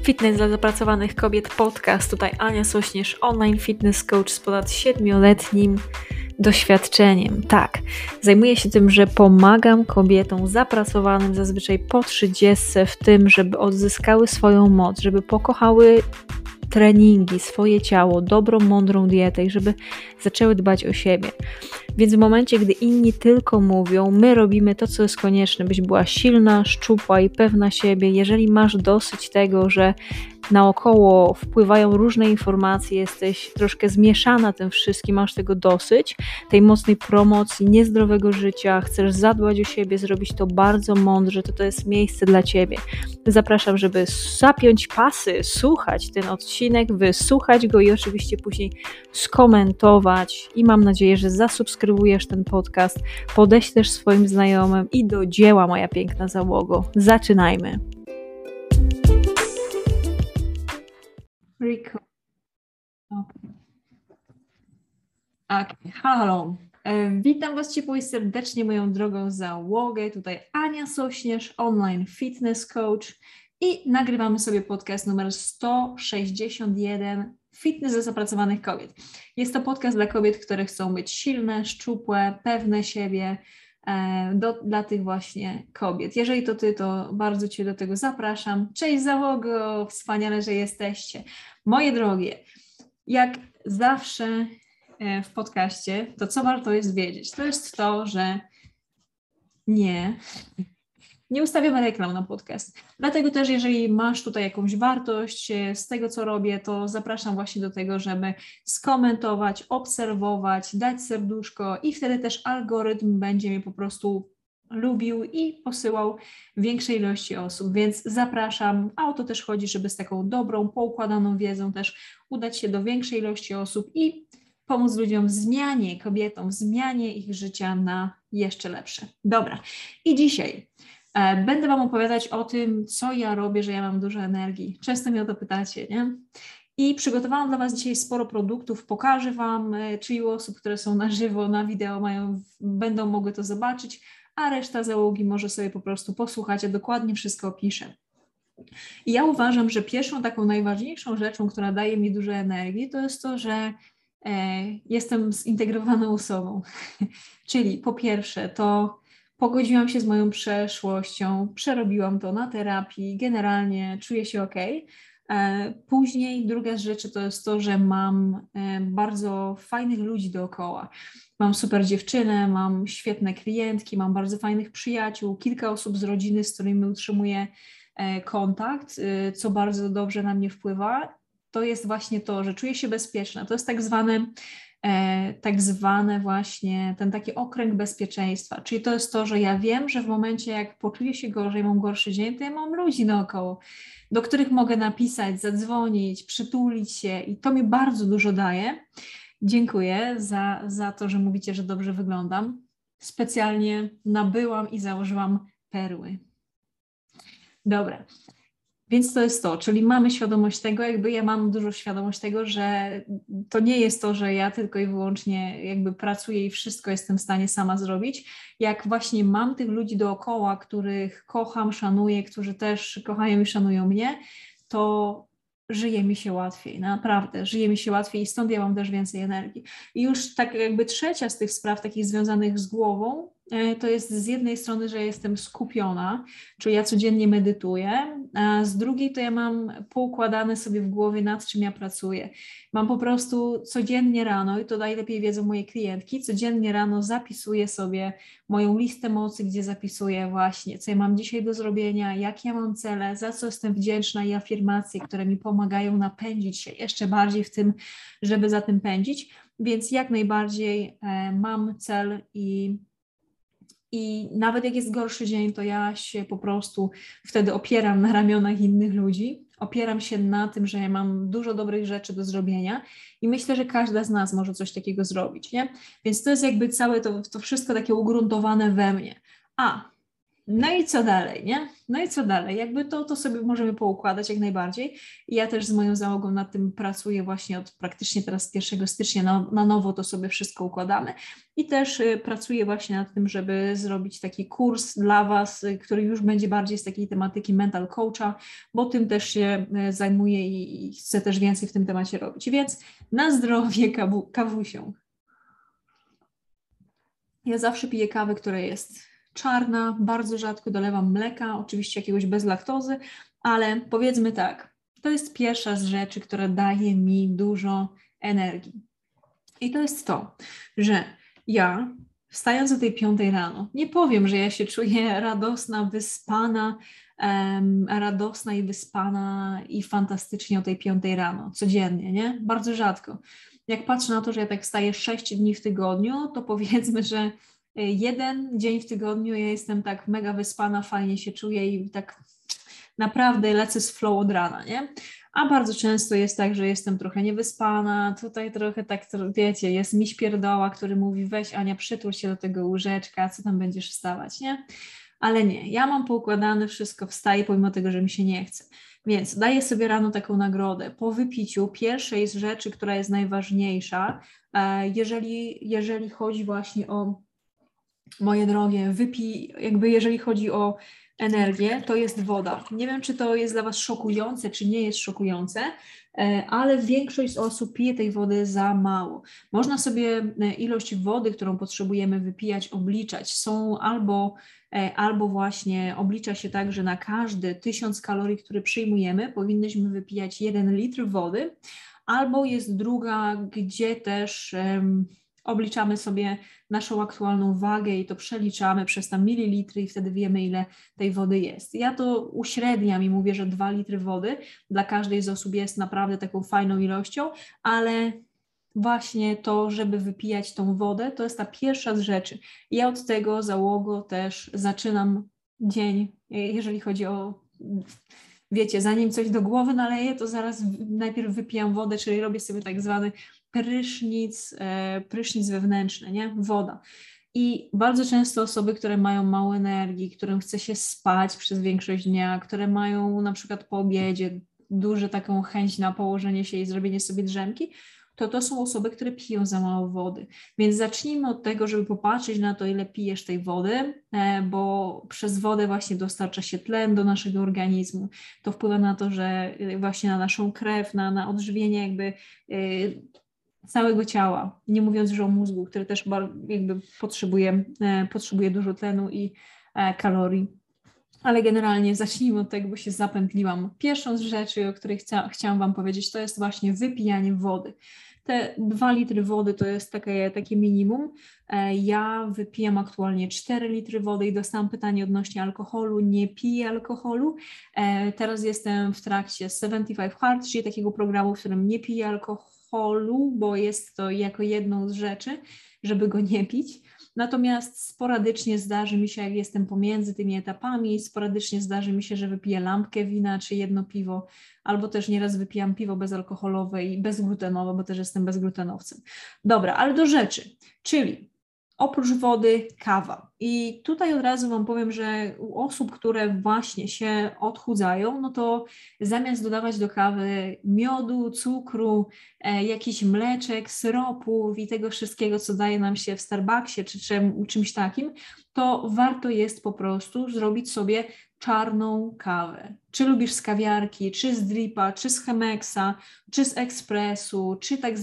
Fitness dla zapracowanych kobiet podcast. Tutaj Ania Sośnierz, online fitness coach z ponad 7-letnim doświadczeniem. Tak, zajmuję się tym, że pomagam kobietom zapracowanym zazwyczaj po 30 w tym, żeby odzyskały swoją moc, żeby pokochały treningi, swoje ciało, dobrą, mądrą dietę i żeby zaczęły dbać o siebie. Więc w momencie, gdy inni tylko mówią, my robimy to, co jest konieczne, byś była silna, szczupła i pewna siebie. Jeżeli masz dosyć tego, że naokoło wpływają różne informacje, jesteś troszkę zmieszana tym wszystkim, masz tego dosyć, tej mocnej promocji, niezdrowego życia, chcesz zadbać o siebie, zrobić to bardzo mądrze, to jest miejsce dla Ciebie. Zapraszam, żeby zapiąć pasy, słuchać ten odcinek, wysłuchać go i oczywiście później skomentować i mam nadzieję, że zasubskrybujesz ten podcast, podeślesz swoim znajomym i do dzieła, moja piękna załogo. Zaczynajmy. Okay. Halo. Witam Was ciepło i serdecznie, moją drogą załogę. Tutaj Ania Sośnierz, online fitness coach i nagrywamy sobie podcast numer 161 Fitness dla zapracowanych kobiet. Jest to podcast dla kobiet, które chcą być silne, szczupłe, pewne siebie, dla tych właśnie kobiet. Jeżeli to Ty, to bardzo Cię do tego zapraszam. Cześć załogo, wspaniale, że jesteście. Moje drogie, jak zawsze w podcaście, to co warto jest wiedzieć? To jest to, że nie ustawiamy reklam na podcast. Dlatego też, jeżeli masz tutaj jakąś wartość z tego, co robię, to zapraszam właśnie do tego, żeby skomentować, obserwować, dać serduszko i wtedy też algorytm będzie mnie po prostu lubił i posyłał większej ilości osób, więc zapraszam, a o to też chodzi, żeby z taką dobrą, poukładaną wiedzą też udać się do większej ilości osób i pomóc ludziom w zmianie, kobietom w zmianie ich życia na jeszcze lepsze. Dobra, i dzisiaj będę Wam opowiadać o tym, co ja robię, że ja mam dużo energii. Często mnie o to pytacie, nie? I przygotowałam dla Was dzisiaj sporo produktów, pokażę Wam, czyju osób, które są na żywo, na wideo będą mogły to zobaczyć, a reszta załogi może sobie po prostu posłuchać, a dokładnie wszystko opiszę. I ja uważam, że pierwszą taką najważniejszą rzeczą, która daje mi dużo energii, to jest to, że jestem zintegrowaną osobą. Czyli po pierwsze to pogodziłam się z moją przeszłością, przerobiłam to na terapii, generalnie czuję się ok. Później druga z rzeczy to jest to, że mam bardzo fajnych ludzi dookoła. Mam super dziewczynę, mam świetne klientki, mam bardzo fajnych przyjaciół, kilka osób z rodziny, z którymi utrzymuję kontakt, co bardzo dobrze na mnie wpływa. To jest właśnie to, że czuję się bezpieczna. To jest tak zwane właśnie ten taki okręg bezpieczeństwa. Czyli to jest to, że ja wiem, że w momencie jak poczuję się gorzej, mam gorszy dzień, to ja mam ludzi naokoło, do których mogę napisać, zadzwonić, przytulić się i to mi bardzo dużo daje. Dziękuję za to, że mówicie, że dobrze wyglądam. Specjalnie nabyłam i założyłam perły. Dobra. Więc to jest to, czyli mamy świadomość tego, ja mam dużo świadomość tego, że to nie jest to, że ja tylko i wyłącznie pracuję i wszystko jestem w stanie sama zrobić. Jak właśnie mam tych ludzi dookoła, których kocham, szanuję, którzy też kochają i szanują mnie, to żyje mi się łatwiej, naprawdę, żyje mi się łatwiej i stąd ja mam też więcej energii. I już tak trzecia z tych spraw takich związanych z głową, to jest z jednej strony, że jestem skupiona, czyli ja codziennie medytuję, a z drugiej to ja mam poukładane sobie w głowie, nad czym ja pracuję. Mam po prostu codziennie rano, i to najlepiej wiedzą moje klientki, codziennie rano zapisuję sobie moją listę mocy, gdzie zapisuję właśnie, co ja mam dzisiaj do zrobienia, jakie ja mam cele, za co jestem wdzięczna i afirmacje, które mi pomagają napędzić się jeszcze bardziej w tym, żeby za tym pędzić, więc jak najbardziej mam cel i nawet jak jest gorszy dzień, to ja się po prostu wtedy opieram na ramionach innych ludzi, opieram się na tym, że ja mam dużo dobrych rzeczy do zrobienia i myślę, że każda z nas może coś takiego zrobić, nie? Więc to jest całe to wszystko takie ugruntowane we mnie. No i co dalej, nie? No i co dalej? Jakby to sobie możemy poukładać jak najbardziej. Ja też z moją załogą nad tym pracuję właśnie od praktycznie teraz 1 stycznia na nowo to sobie wszystko układamy i też pracuję właśnie nad tym, żeby zrobić taki kurs dla Was, który już będzie bardziej z takiej tematyki mental coacha, bo tym też się zajmuję i chcę też więcej w tym temacie robić. Więc na zdrowie kawusią. Ja zawsze piję kawę, która jest czarna, bardzo rzadko dolewam mleka, oczywiście jakiegoś bez laktozy, ale powiedzmy tak, to jest pierwsza z rzeczy, która daje mi dużo energii. I to jest to, że ja wstając o tej 5 rano, nie powiem, że ja się czuję radosna, wyspana i fantastycznie o tej 5 rano, codziennie, nie? Bardzo rzadko. Jak patrzę na to, że ja tak wstaję 6 dni w tygodniu, to powiedzmy, że 1 dzień w tygodniu ja jestem tak mega wyspana, fajnie się czuję i tak naprawdę lecę z flow od rana, nie? A bardzo często jest tak, że jestem trochę niewyspana, tutaj trochę tak, wiecie, jest miś pierdoła, który mówi weź Ania, przytul się do tego łóżeczka, co tam będziesz wstawać, nie? Ale nie, ja mam poukładane wszystko, wstaję pomimo tego, że mi się nie chce. Więc daję sobie rano taką nagrodę. Po wypiciu pierwszej z rzeczy, która jest najważniejsza, jeżeli chodzi właśnie o, moje drogie, jeżeli chodzi o energię, to jest woda. Nie wiem, czy to jest dla Was szokujące, czy nie jest szokujące, ale większość osób pije tej wody za mało. Można sobie ilość wody, którą potrzebujemy wypijać, obliczać. Są albo właśnie oblicza się tak, że na każdy 1000 kalorii, które przyjmujemy, powinnyśmy wypijać 1 litr wody, albo jest druga, gdzie też obliczamy sobie naszą aktualną wagę i to przeliczamy przez tam mililitry i wtedy wiemy, ile tej wody jest. Ja to uśredniam i mówię, że 2 litry wody dla każdej z osób jest naprawdę taką fajną ilością, ale właśnie to, żeby wypijać tą wodę, to jest ta pierwsza z rzeczy. Ja od tego załogo też zaczynam dzień, jeżeli chodzi o, wiecie, zanim coś do głowy naleję, to zaraz najpierw wypijam wodę, czyli robię sobie tak zwany prysznic wewnętrzny, nie? Woda. I bardzo często osoby, które mają mało energii, którym chce się spać przez większość dnia, które mają na przykład po obiedzie dużą taką chęć na położenie się i zrobienie sobie drzemki, to są osoby, które piją za mało wody. Więc zacznijmy od tego, żeby popatrzeć na to, ile pijesz tej wody, bo przez wodę właśnie dostarcza się tlen do naszego organizmu. To wpływa na to, że właśnie na naszą krew, na odżywienie jakby całego ciała, nie mówiąc już o mózgu, który też jakby potrzebuje dużo tlenu i kalorii. Ale generalnie zacznijmy od tego, bo się zapętliłam. Pierwszą z rzeczy, o której chciałam Wam powiedzieć, to jest właśnie wypijanie wody. Te 2 litry wody to jest takie minimum. Ja wypijam aktualnie 4 litry wody i dostałam pytanie odnośnie alkoholu. Nie piję alkoholu. Teraz jestem w trakcie 75 Hard, czyli takiego programu, w którym nie piję alkoholu, bo jest to jako jedną z rzeczy, żeby go nie pić. Natomiast sporadycznie zdarzy mi się, jak jestem pomiędzy tymi etapami, sporadycznie zdarzy mi się, że wypiję lampkę wina czy 1 piwo, albo też nieraz wypijam piwo bezalkoholowe i bezglutenowe, bo też jestem bezglutenowcem. Dobra, ale do rzeczy, czyli oprócz wody kawa. I tutaj od razu Wam powiem, że u osób, które właśnie się odchudzają, no to zamiast dodawać do kawy miodu, cukru, jakiś mleczek, syropów i tego wszystkiego, co daje nam się w Starbucksie czy czymś takim, to warto jest po prostu zrobić sobie czarną kawę. Czy lubisz z kawiarki, czy z dripa, czy z Chemexa, czy z ekspresu, czy tak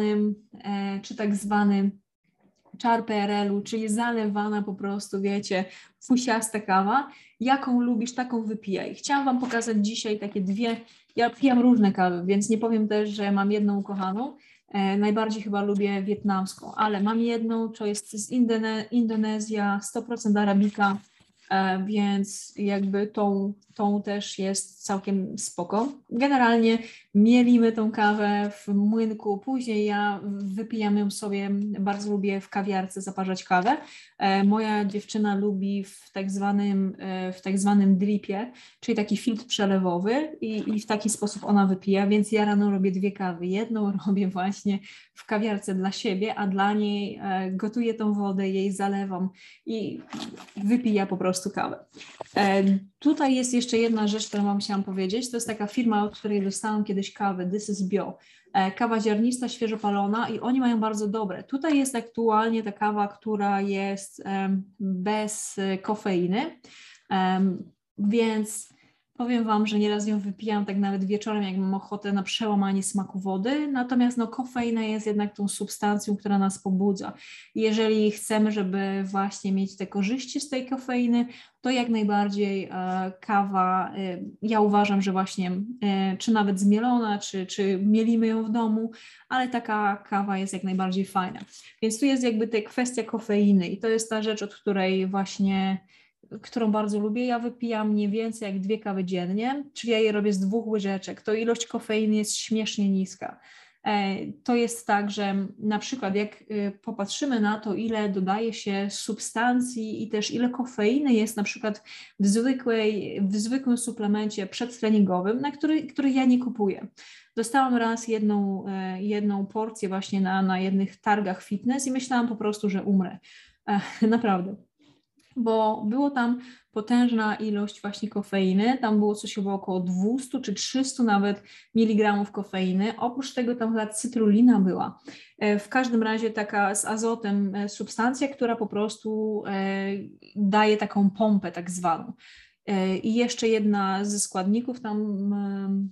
zwanym czar PRL-u, czyli zalewana po prostu, wiecie, fusiasta kawa. Jaką lubisz, taką wypijaj. Chciałam Wam pokazać dzisiaj takie dwie, ja pijam różne kawy, więc nie powiem też, że mam jedną ukochaną. Najbardziej chyba lubię wietnamską, ale mam jedną, to jest z Indonezja, 100% arabika, więc jakby tą też jest całkiem spoko. Generalnie mielimy tą kawę w młynku, później ja wypijam ją sobie, bardzo lubię w kawiarce zaparzać kawę. Moja dziewczyna lubi w tak zwanym dripie, czyli taki filtr przelewowy i w taki sposób ona wypija, więc ja rano robię 2 kawy. Jedną robię właśnie w kawiarce dla siebie, a dla niej gotuję tą wodę, jej zalewam i wypija po prostu prostu kawę. Tutaj jest jeszcze jedna rzecz, którą Wam chciałam powiedzieć. To jest taka firma, od której dostałam kiedyś kawę, This is Bio. Kawa ziarnista, świeżo palona i oni mają bardzo dobre. Tutaj jest aktualnie ta kawa, która jest bez kofeiny, więc powiem Wam, że nieraz ją wypijam tak nawet wieczorem, jak mam ochotę na przełamanie smaku wody, natomiast kofeina jest jednak tą substancją, która nas pobudza. Jeżeli chcemy, żeby właśnie mieć te korzyści z tej kofeiny, to jak najbardziej kawa, ja uważam, że właśnie czy nawet zmielona, czy mielimy ją w domu, ale taka kawa jest jak najbardziej fajna. Więc tu jest jakby ta kwestia kofeiny i to jest ta rzecz, od której właśnie którą bardzo lubię, ja wypijam mniej więcej jak 2 kawy dziennie, czyli ja je robię z 2 łyżeczek, to ilość kofeiny jest śmiesznie niska. To jest tak, że na przykład jak popatrzymy na to, ile dodaje się substancji i też ile kofeiny jest na przykład w zwykłym suplemencie przedtreningowym, który ja nie kupuję. Dostałam raz jedną porcję właśnie na jednych targach fitness i myślałam po prostu, że umrę. Naprawdę. Bo było tam potężna ilość właśnie kofeiny, tam było coś około 200 czy 300 nawet miligramów kofeiny, oprócz tego tam chyba cytrulina była. W każdym razie taka z azotem substancja, która po prostu daje taką pompę tak zwaną. I jeszcze jedna ze składników tam...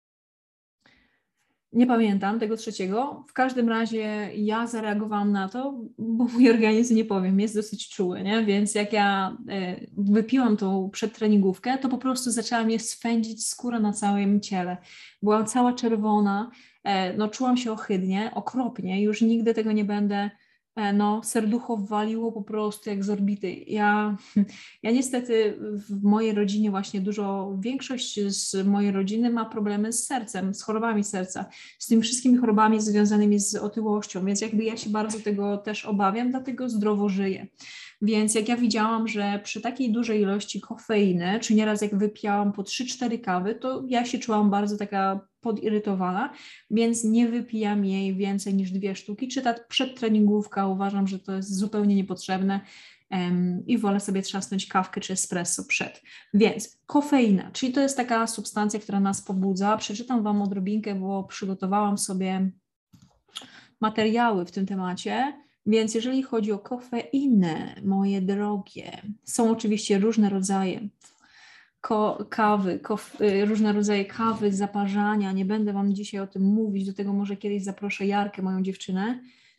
Nie pamiętam tego trzeciego. W każdym razie ja zareagowałam na to, bo mój organizm, nie powiem, jest dosyć czuły, nie? Więc jak ja wypiłam tą przedtreningówkę, to po prostu zaczęła mnie swędzić skóra na całym ciele. Byłam cała czerwona, czułam się ohydnie, okropnie, już nigdy tego nie będę, serducho waliło po prostu jak z orbity. Ja niestety w mojej rodzinie właśnie większość z mojej rodziny ma problemy z sercem, z chorobami serca, z tymi wszystkimi chorobami związanymi z otyłością, więc jakby ja się bardzo tego też obawiam, dlatego zdrowo żyję. Więc jak ja widziałam, że przy takiej dużej ilości kofeiny, czy nieraz jak wypijałam po 3-4 kawy, to ja się czułam bardzo taka podirytowana, więc nie wypijam jej więcej niż 2 sztuki, czy ta przedtreningówka uważam, że to jest zupełnie niepotrzebne i wolę sobie trzasnąć kawkę czy espresso przed. Więc kofeina, czyli to jest taka substancja, która nas pobudza. Przeczytam Wam odrobinkę, bo przygotowałam sobie materiały w tym temacie. Więc jeżeli chodzi o kofeinę, moje drogie, są oczywiście różne rodzaje kawy, różne rodzaje kawy, zaparzania. Nie będę Wam dzisiaj o tym mówić, do tego może kiedyś zaproszę Jarkę, moją dziewczynę,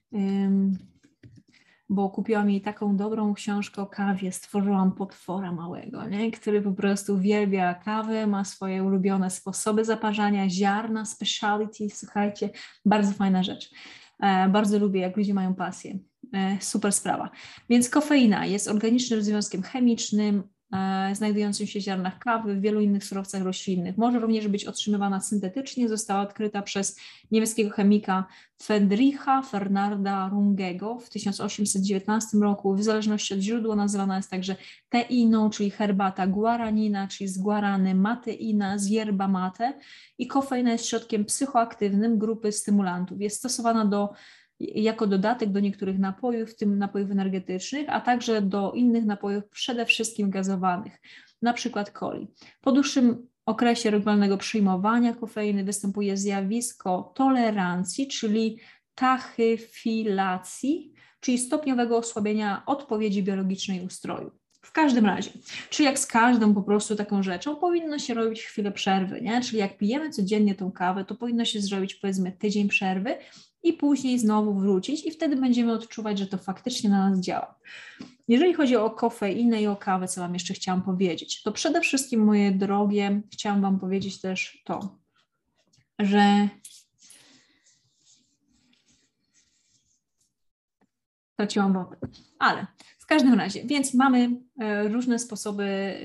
bo kupiłam jej taką dobrą książkę o kawie, stworzyłam potwora małego, nie? Który po prostu uwielbia kawę, ma swoje ulubione sposoby zaparzania, ziarna, speciality, słuchajcie, bardzo fajna rzecz. Bardzo lubię, jak ludzie mają pasję. Super sprawa. Więc kofeina jest organicznym związkiem chemicznym, znajdującym się w ziarnach kawy, w wielu innych surowcach roślinnych. Może również być otrzymywana syntetycznie. Została odkryta przez niemieckiego chemika Friedricha Fernanda Rungego w 1819 roku. W zależności od źródła nazywana jest także teiną, czyli herbata guaranina, czyli z guarany, mateina, z yerba mate i kofeina jest środkiem psychoaktywnym grupy stymulantów. Jest stosowana jako dodatek do niektórych napojów, w tym napojów energetycznych, a także do innych napojów, przede wszystkim gazowanych, na przykład coli. Po dłuższym okresie regularnego przyjmowania kofeiny występuje zjawisko tolerancji, czyli tachyfilacji, czyli stopniowego osłabienia odpowiedzi biologicznej ustroju. W każdym razie, czyli jak z każdą po prostu taką rzeczą, powinno się robić chwilę przerwy, nie? Czyli jak pijemy codziennie tą kawę, to powinno się zrobić powiedzmy tydzień przerwy i później znowu wrócić i wtedy będziemy odczuwać, że to faktycznie na nas działa. Jeżeli chodzi o kofeinę i o kawę, co Wam jeszcze chciałam powiedzieć, to przede wszystkim, moje drogie, chciałam Wam powiedzieć też to, że straciłam wody, ale w każdym razie, więc mamy różne sposoby,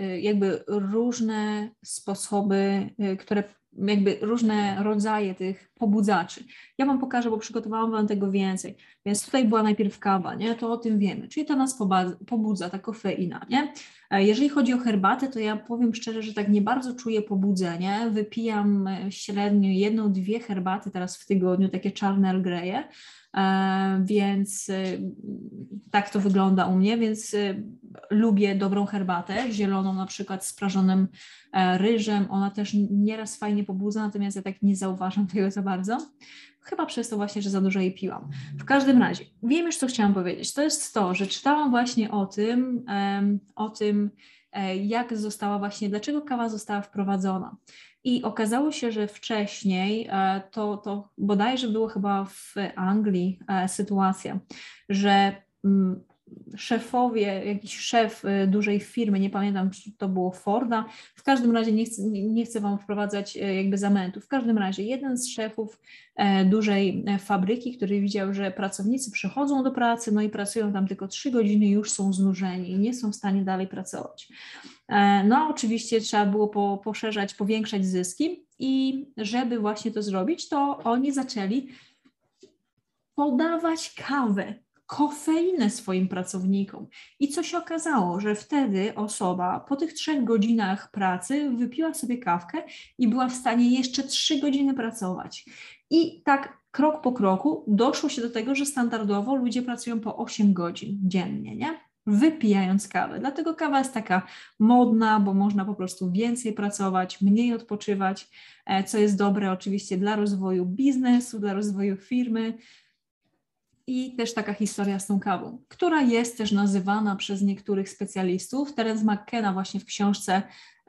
które różne rodzaje tych pobudzaczy. Ja Wam pokażę, bo przygotowałam Wam tego więcej. Więc tutaj była najpierw kawa, nie? To o tym wiemy. Czyli to nas pobudza, ta kofeina, nie? Jeżeli chodzi o herbatę, to ja powiem szczerze, że tak nie bardzo czuję pobudzenie. Wypijam średnio 1-2 herbaty teraz w tygodniu, takie czarne Earl Grey'e, więc tak to wygląda u mnie, więc lubię dobrą herbatę, zieloną na przykład z prażonym ryżem. Ona też nieraz fajnie pobudza, natomiast ja tak nie zauważam tego za bardzo. Chyba przez to właśnie, że za dużo jej piłam. W każdym razie, wiem już, co chciałam powiedzieć. To jest to, że czytałam właśnie o tym, jak została właśnie, dlaczego kawa została wprowadzona. I okazało się, że wcześniej, to bodajże było chyba w Anglii sytuacja, że szefowie, jakiś szef dużej firmy, nie pamiętam, czy to było Forda, w każdym razie nie chcę Wam wprowadzać jakby zamętu, w każdym razie jeden z szefów dużej fabryki, który widział, że pracownicy przychodzą do pracy, no i pracują tam tylko 3 godziny i już są znużeni i nie są w stanie dalej pracować. No oczywiście trzeba było poszerzać, powiększać zyski i żeby właśnie to zrobić, to oni zaczęli podawać kawę, kofeinę swoim pracownikom. I co się okazało, że wtedy osoba po tych 3 godzinach pracy wypiła sobie kawkę i była w stanie jeszcze 3 godziny pracować. I tak krok po kroku doszło się do tego, że standardowo ludzie pracują po 8 godzin dziennie, nie? Wypijając kawę. Dlatego kawa jest taka modna, bo można po prostu więcej pracować, mniej odpoczywać, co jest dobre oczywiście dla rozwoju biznesu, dla rozwoju firmy. I też taka historia z tą kawą, która jest też nazywana przez niektórych specjalistów. Terence McKenna właśnie w książce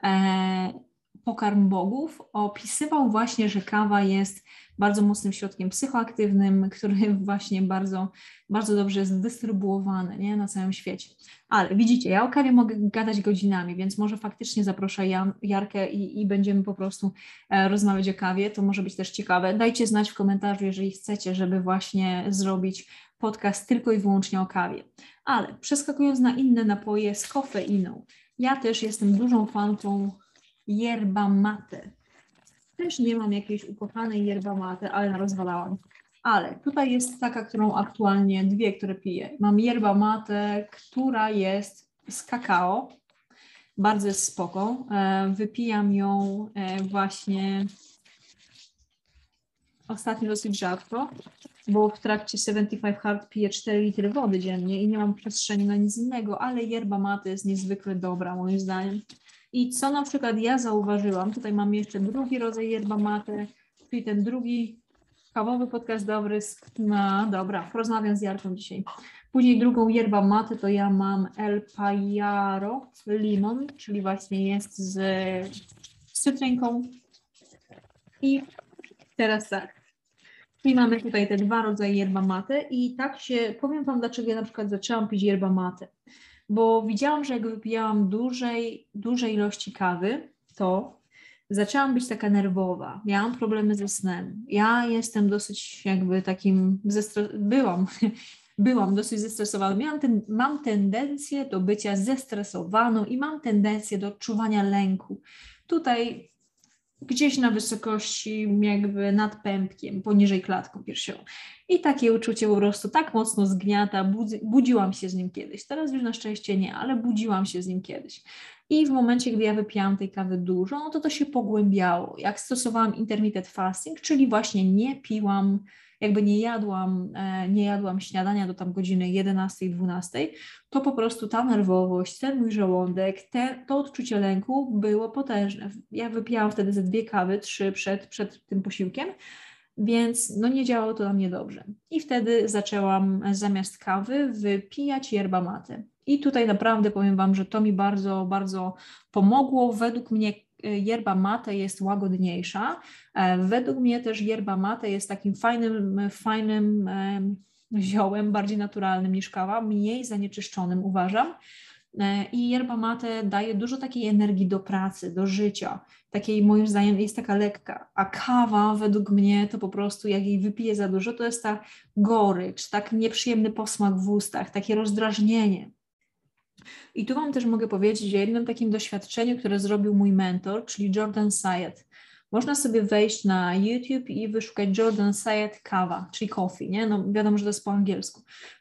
Pokarm Bogów opisywał właśnie, że kawa jest bardzo mocnym środkiem psychoaktywnym, który właśnie bardzo, bardzo dobrze jest dystrybuowany, nie, na całym świecie. Ale widzicie, ja o kawie mogę gadać godzinami, więc może faktycznie zaproszę Jarkę i będziemy po prostu rozmawiać o kawie. To może być też ciekawe. Dajcie znać w komentarzu, jeżeli chcecie, żeby właśnie zrobić podcast tylko i wyłącznie o kawie. Ale przeskakując na inne napoje z kofeiną, ja też jestem dużą fanką yerba mate. Też nie mam jakiejś ukochanej yerba mate, ale rozwalałam. Ale tutaj jest taka, którą aktualnie, 2, które piję. Mam yerba mate, która jest z kakao. Bardzo jest spoko. Wypijam ją właśnie ostatnio dosyć rzadko, bo w trakcie 75 Hard piję 4 litry wody dziennie i nie mam przestrzeni na nic innego, ale yerba mate jest niezwykle dobra moim zdaniem. I co na przykład ja zauważyłam, tutaj mam jeszcze drugi rodzaj yerba mate, czyli ten drugi kawowy podcast dobry, no dobra, porozmawiam z Jarką dzisiaj. Później drugą yerba mate to ja mam El Payaro Limon, czyli właśnie jest z cytrynką. I teraz tak. I mamy tutaj te 2 rodzaje yerba mate i tak się, powiem Wam, dlaczego ja na przykład zaczęłam pić yerba mate. Bo widziałam, że jak wypijałam dużej ilości kawy, to zaczęłam być taka nerwowa. Miałam problemy ze snem. Ja jestem dosyć jakby takim, byłam dosyć zestresowana. Mam tendencję do bycia zestresowaną i mam tendencję do odczuwania lęku. Tutaj gdzieś na wysokości jakby nad pępkiem, poniżej klatką piersiową. I takie uczucie po prostu tak mocno zgniata, budziłam się z nim kiedyś. Teraz już na szczęście nie, ale budziłam się z nim kiedyś. I w momencie, gdy ja wypijałam tej kawy dużo, no to się pogłębiało. Jak stosowałam intermittent fasting, czyli właśnie nie piłam, jakby nie jadłam śniadania do tam godziny 11-12, to po prostu ta nerwowość, ten mój żołądek, to odczucie lęku było potężne. Ja wypijałam wtedy ze 2 kawy, 3 przed tym posiłkiem, więc no nie działało to dla mnie dobrze. I wtedy zaczęłam zamiast kawy wypijać yerba mate. I tutaj naprawdę powiem Wam, że to mi bardzo, bardzo pomogło. Według mnie yerba mate jest łagodniejsza. Według mnie też yerba mate jest takim fajnym ziołem, bardziej naturalnym niż kawa, mniej zanieczyszczonym uważam. I yerba mate daje dużo takiej energii do pracy, do życia. Takiej moim zdaniem jest taka lekka, a kawa według mnie to po prostu jak jej wypiję za dużo, to jest ta gorycz, tak nieprzyjemny posmak w ustach, takie rozdrażnienie. I tu Wam też mogę powiedzieć o jednym takim doświadczeniu, które zrobił mój mentor, czyli Jordan Sayed. Można sobie wejść na YouTube i wyszukać Jordan Sayed kawa, czyli coffee, nie? No wiadomo, że to jest po angielsku. W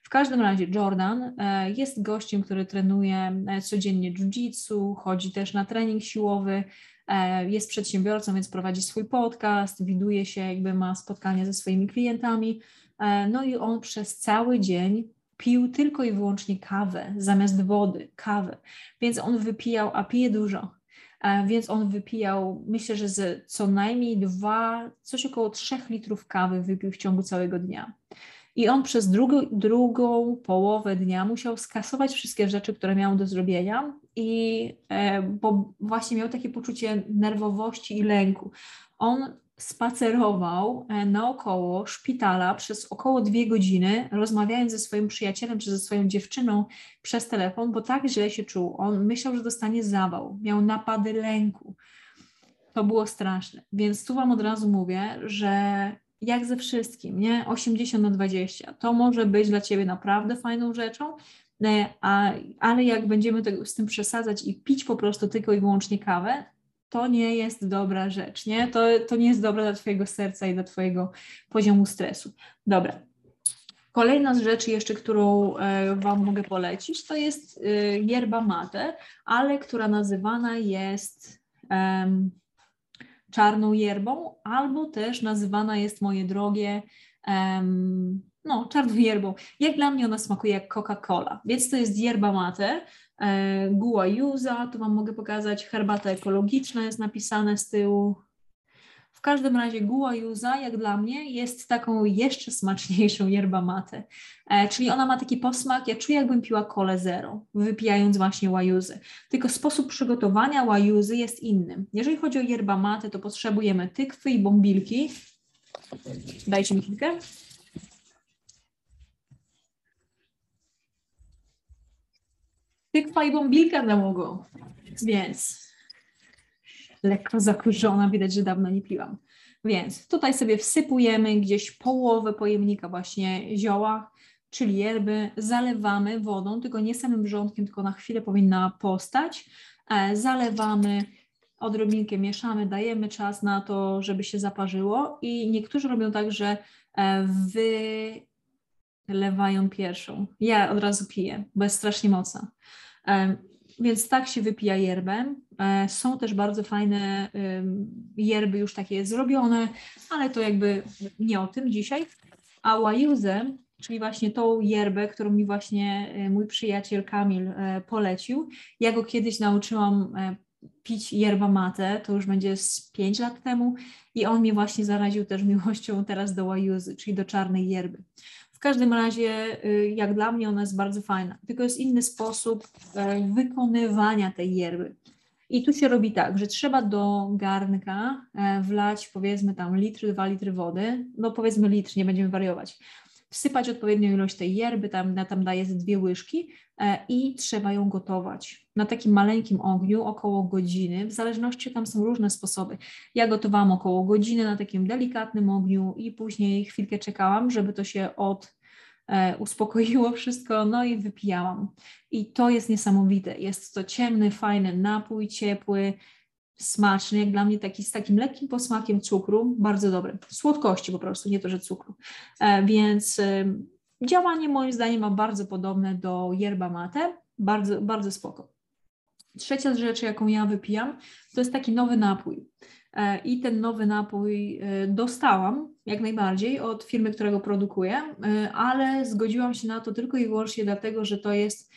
każdym razie Jordan jest gościem, który trenuje codziennie jiu-jitsu, chodzi też na trening siłowy, jest przedsiębiorcą, więc prowadzi swój podcast, widuje się, jakby ma spotkania ze swoimi klientami. No i on przez cały dzień pił tylko i wyłącznie kawę zamiast wody, kawę. Więc on wypijał, a pije dużo, więc on wypijał, myślę, że co najmniej coś około 3 litrów kawy wypił w ciągu całego dnia. I on przez drugą połowę dnia musiał skasować wszystkie rzeczy, które miał do zrobienia, bo właśnie miał takie poczucie nerwowości i lęku. On spacerował naokoło szpitala przez około 2 godziny, rozmawiając ze swoim przyjacielem czy ze swoją dziewczyną przez telefon, bo tak źle się czuł. On myślał, że dostanie zawał, miał napady lęku. To było straszne. Więc tu Wam od razu mówię, że jak ze wszystkim, nie? 80/20. To może być dla Ciebie naprawdę fajną rzeczą, ale jak będziemy z tym przesadzać i pić po prostu tylko i wyłącznie kawę, to nie jest dobra rzecz, nie? To nie jest dobre dla Twojego serca i dla Twojego poziomu stresu. Dobra. Kolejna z rzeczy jeszcze, którą Wam mogę polecić, to jest yerba mate, ale która nazywana jest czarną yerbą, albo też nazywana jest, moje drogie, czarną yerbą. Jak dla mnie ona smakuje jak Coca-Cola, więc to jest yerba mate, guayusa, tu Wam mogę pokazać, herbata ekologiczna jest napisane z tyłu. W każdym razie guayusa, jak dla mnie, jest taką jeszcze smaczniejszą yerba mate, czyli ona ma taki posmak, ja czuję, jakbym piła Colę Zero, wypijając właśnie guayusę. Tylko sposób przygotowania guayusy jest inny. Jeżeli chodzi o yerba mate, to potrzebujemy tykwy i bąbilki. Dajcie mi chwilkę. Tykwa i bąbilka na mogą, więc lekko zakurzona, widać, że dawno nie piłam. Więc tutaj sobie wsypujemy gdzieś połowę pojemnika właśnie zioła, czyli yerby, zalewamy wodą, tylko nie samym wrzątkiem, tylko na chwilę powinna postać. Zalewamy, odrobinkę mieszamy, dajemy czas na to, żeby się zaparzyło i niektórzy robią tak, że wylewają pierwszą. Ja od razu piję, bo jest strasznie mocna. Więc tak się wypija yerbę. Są też bardzo fajne yerby już takie zrobione, ale to jakby nie o tym dzisiaj. A guayusę, czyli właśnie tą yerbę, którą mi właśnie mój przyjaciel Kamil polecił, ja go kiedyś nauczyłam pić yerba mate, to już będzie z 5 lat temu i on mnie właśnie zaraził też miłością teraz do guayusy, czyli do czarnej yerby. W każdym razie, jak dla mnie, ona jest bardzo fajna, tylko jest inny sposób wykonywania tej yerby. I tu się robi tak, że trzeba do garnka wlać powiedzmy tam 2 litry wody, no powiedzmy litr, nie będziemy wariować. Wsypać odpowiednią ilość tej yerby, tam daje 2 łyżki i trzeba ją gotować na takim maleńkim ogniu około godziny, w zależności, tam są różne sposoby. Ja gotowałam około godziny na takim delikatnym ogniu i później chwilkę czekałam, żeby to się uspokoiło wszystko, no i wypijałam. I to jest niesamowite. Jest to ciemny, fajny napój, ciepły, smaczny, jak dla mnie taki z takim lekkim posmakiem cukru, bardzo dobry. Słodkości po prostu, nie to, że cukru. Więc działanie moim zdaniem ma bardzo podobne do yerba mate, bardzo, bardzo spoko. Trzecia rzecz, jaką ja wypijam, to jest taki nowy napój. I ten nowy napój dostałam jak najbardziej od firmy, która go produkuje, ale zgodziłam się na to tylko i wyłącznie dlatego, że to jest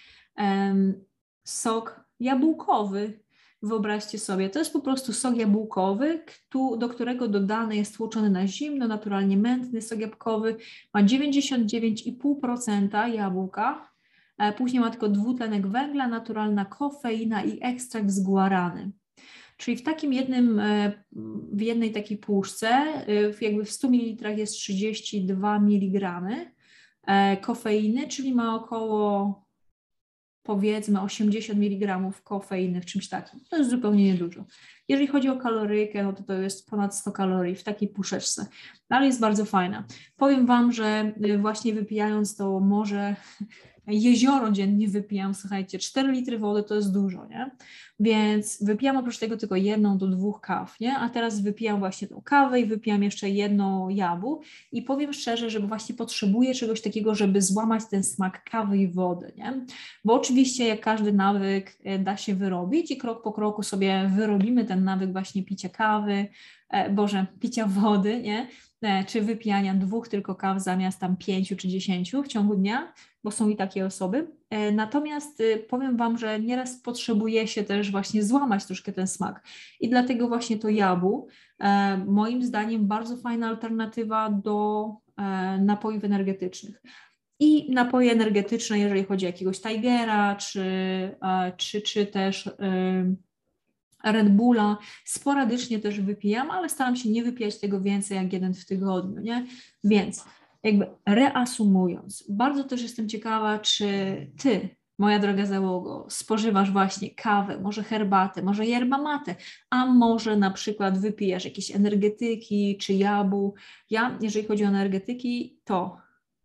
sok jabłkowy. Wyobraźcie sobie, to jest po prostu sok jabłkowy, do którego dodany jest tłoczony na zimno, naturalnie mętny sok jabłkowy, ma 99,5% jabłka, później ma tylko dwutlenek węgla, naturalna kofeina i ekstrakt z guarany. Czyli w jednej takiej puszce, jakby w 100 ml jest 32 mg kofeiny, czyli ma około powiedzmy 80 mg kofeiny w czymś takim. To jest zupełnie niedużo. Jeżeli chodzi o kaloryjkę, no to jest ponad 100 kalorii w takiej puszeczce, ale jest bardzo fajna. Powiem Wam, że właśnie wypijając to jezioro dziennie wypijam, słuchajcie, 4 litry wody to jest dużo, nie? Więc wypijam oprócz tego tylko 1 do 2 kaw, nie? A teraz wypijam właśnie tą kawę i wypijam jeszcze 1 jabu i powiem szczerze, że właśnie potrzebuję czegoś takiego, żeby złamać ten smak kawy i wody, nie? Bo oczywiście jak każdy nawyk da się wyrobić i krok po kroku sobie wyrobimy ten nawyk właśnie picia kawy, picia wody, nie? Czy wypijania 2 tylko kaw zamiast tam 5 czy 10 w ciągu dnia, bo są i takie osoby. Natomiast powiem Wam, że nieraz potrzebuje się też właśnie złamać troszkę ten smak i dlatego właśnie to jabu moim zdaniem bardzo fajna alternatywa do napojów energetycznych. I napoje energetyczne, jeżeli chodzi o jakiegoś Tigera, czy też Red Bulla, sporadycznie też wypijam, ale staram się nie wypijać tego więcej jak 1 w tygodniu, nie? Więc jakby reasumując, bardzo też jestem ciekawa, czy Ty, moja droga załogo, spożywasz właśnie kawę, może herbatę, może yerba mate, a może na przykład wypijasz jakieś energetyki czy jabu. Ja, jeżeli chodzi o energetyki, to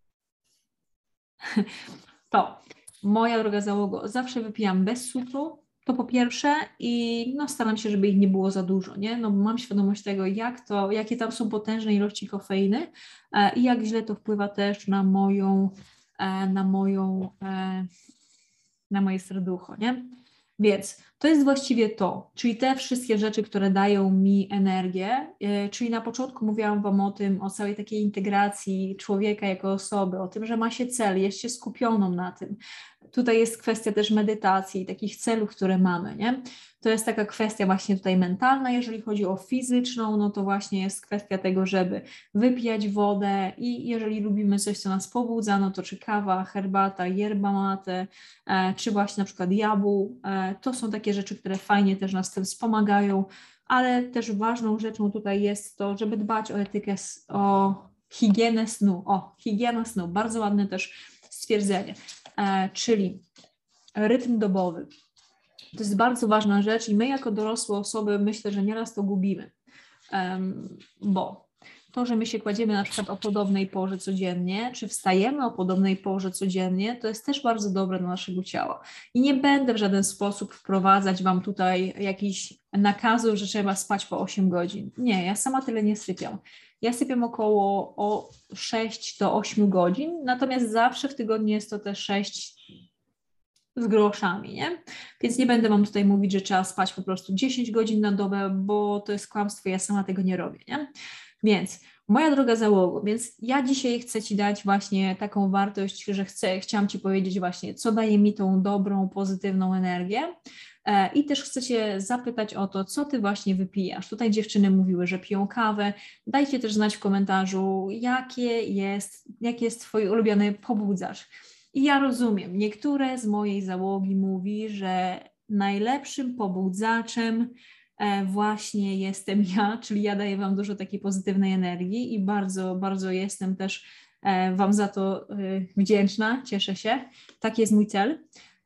moja droga załogo, zawsze wypijam bez cukru, to po pierwsze i staram się, żeby ich nie było za dużo, nie? No bo mam świadomość tego, jakie tam są potężne ilości kofeiny i jak źle to wpływa też na moje serducho, nie? Więc to jest właściwie to, czyli te wszystkie rzeczy, które dają mi energię, czyli na początku mówiłam Wam o tym, o całej takiej integracji człowieka jako osoby, o tym, że ma się cel, jest się skupioną na tym. Tutaj jest kwestia też medytacji, takich celów, które mamy, nie? To jest taka kwestia właśnie tutaj mentalna, jeżeli chodzi o fizyczną, no to właśnie jest kwestia tego, żeby wypijać wodę i jeżeli lubimy coś, co nas pobudza, no to czy kawa, herbata, yerba mate, czy właśnie na przykład jabu, to są takie rzeczy, które fajnie też nas w tym wspomagają, ale też ważną rzeczą tutaj jest to, żeby dbać o etykę, o higienę snu. Higiena snu, bardzo ładne też stwierdzenie, czyli rytm dobowy. To jest bardzo ważna rzecz i my jako dorosłe osoby myślę, że nieraz to gubimy, bo to, że my się kładziemy na przykład o podobnej porze codziennie, czy wstajemy o podobnej porze codziennie, to jest też bardzo dobre dla naszego ciała. I nie będę w żaden sposób wprowadzać Wam tutaj jakichś nakazów, że trzeba spać po 8 godzin. Nie, ja sama tyle nie sypiam. Ja sypiam około 6 do 8 godzin, natomiast zawsze w tygodniu jest to te 6 z groszami, nie? Więc nie będę Wam tutaj mówić, że trzeba spać po prostu 10 godzin na dobę, bo to jest kłamstwo, ja sama tego nie robię, nie? Więc moja droga załogo, więc ja dzisiaj chcę Ci dać właśnie taką wartość, że chciałam Ci powiedzieć właśnie, co daje mi tą dobrą, pozytywną energię i też chcę Cię zapytać o to, co Ty właśnie wypijasz. Tutaj dziewczyny mówiły, że piją kawę. Dajcie też znać w komentarzu, jakie jest Twoje ulubione pobudzacz. I ja rozumiem, niektóre z mojej załogi mówi, że najlepszym pobudzaczem właśnie jestem ja, czyli ja daję Wam dużo takiej pozytywnej energii i bardzo, bardzo jestem też Wam za to wdzięczna, cieszę się. Taki jest mój cel.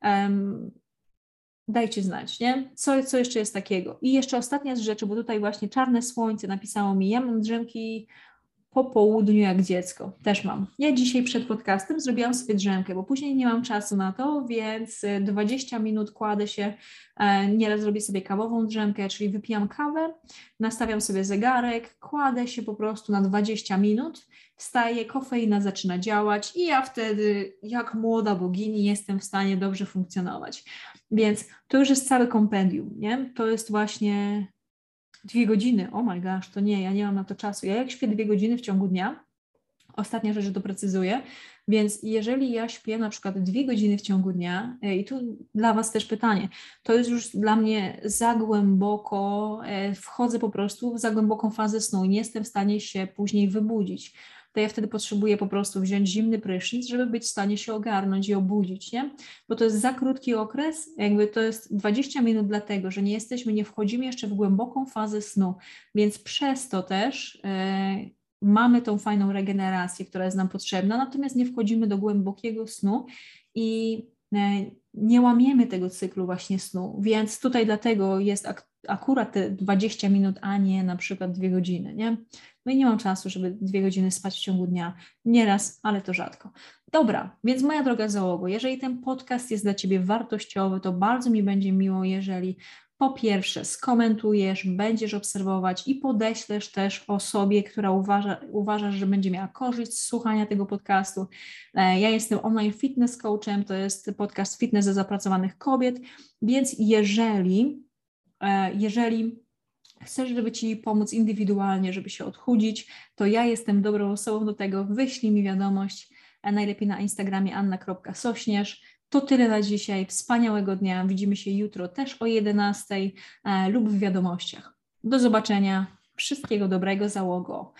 Dajcie znać, nie? Co jeszcze jest takiego? I jeszcze ostatnia z rzeczy, bo tutaj właśnie czarne słońce napisało mi, ja mam drzemki po południu jak dziecko. Też mam. Ja dzisiaj przed podcastem zrobiłam sobie drzemkę, bo później nie mam czasu na to, więc 20 minut kładę się, nieraz robię sobie kawową drzemkę, czyli wypijam kawę, nastawiam sobie zegarek, kładę się po prostu na 20 minut, wstaję, kofeina zaczyna działać i ja wtedy jak młoda bogini jestem w stanie dobrze funkcjonować. Więc to już jest całe kompendium, nie? To jest właśnie 2 godziny, oh my gosh, to nie, ja nie mam na to czasu. Ja jak śpię 2 godziny w ciągu dnia, ostatnia rzecz, że doprecyzuję, więc jeżeli ja śpię na przykład 2 godziny w ciągu dnia, i tu dla Was też pytanie, to jest już dla mnie za głęboko, wchodzę po prostu w za głęboką fazę snu i nie jestem w stanie się później wybudzić. To ja wtedy potrzebuję po prostu wziąć zimny prysznic, żeby być w stanie się ogarnąć i obudzić, nie? Bo to jest za krótki okres, jakby to jest 20 minut dlatego, że nie wchodzimy jeszcze w głęboką fazę snu, więc przez to też mamy tą fajną regenerację, która jest nam potrzebna, natomiast nie wchodzimy do głębokiego snu i nie łamiemy tego cyklu właśnie snu, więc tutaj dlatego jest akurat te 20 minut, a nie na przykład 2 godziny, nie? No i nie mam czasu, żeby 2 godziny spać w ciągu dnia. Nieraz, ale to rzadko. Dobra, więc moja droga załogo, jeżeli ten podcast jest dla Ciebie wartościowy, to bardzo mi będzie miło, jeżeli po pierwsze skomentujesz, będziesz obserwować i podeślesz też osobie, która uważasz, że będzie miała korzyść z słuchania tego podcastu. Ja jestem online fitness coachem, to jest podcast Fitness dla zapracowanych kobiet, więc jeżeli chcesz, żeby Ci pomóc indywidualnie, żeby się odchudzić, to ja jestem dobrą osobą do tego. Wyślij mi wiadomość, najlepiej na Instagramie anna.sośnierz. To tyle na dzisiaj. Wspaniałego dnia. Widzimy się jutro też o 11:00 lub w wiadomościach. Do zobaczenia. Wszystkiego dobrego, załogo.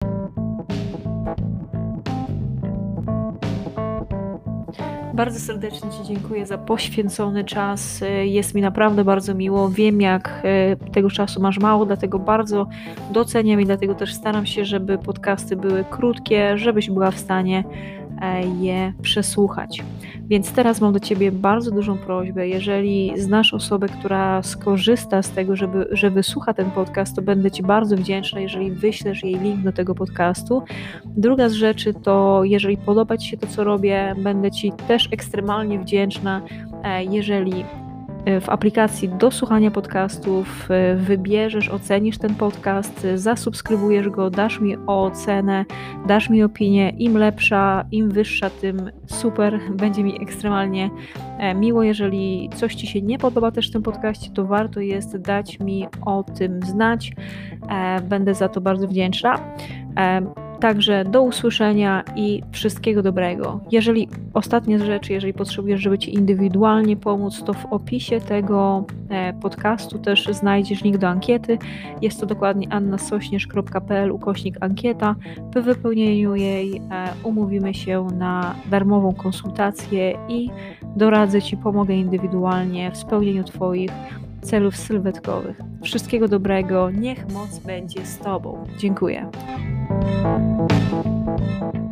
Bardzo serdecznie Ci dziękuję za poświęcony czas. Jest mi naprawdę bardzo miło. Wiem, jak tego czasu masz mało, dlatego bardzo doceniam i dlatego też staram się, żeby podcasty były krótkie, żebyś była w stanie je przesłuchać. Więc teraz mam do Ciebie bardzo dużą prośbę. Jeżeli znasz osobę, która skorzysta z tego, że wysłucha ten podcast, to będę Ci bardzo wdzięczna, jeżeli wyślesz jej link do tego podcastu. Druga z rzeczy to, jeżeli podoba Ci się to, co robię, będę Ci też ekstremalnie wdzięczna, jeżeli w aplikacji do słuchania podcastów wybierzesz, ocenisz ten podcast, zasubskrybujesz go, dasz mi ocenę, dasz mi opinię. Im lepsza, im wyższa, tym super. Będzie mi ekstremalnie miło. Jeżeli coś Ci się nie podoba też w tym podcaście, to warto jest dać mi o tym znać. Będę za to bardzo wdzięczna. Także do usłyszenia i wszystkiego dobrego. Ostatnia rzecz, jeżeli potrzebujesz, żeby Ci indywidualnie pomóc, to w opisie tego podcastu też znajdziesz link do ankiety. Jest to dokładnie annasośnierz.pl/ankieta. Po wypełnieniu jej umówimy się na darmową konsultację i doradzę Ci, pomogę indywidualnie w spełnieniu Twoich celów sylwetkowych. Wszystkiego dobrego, niech moc będzie z Tobą. Dziękuję.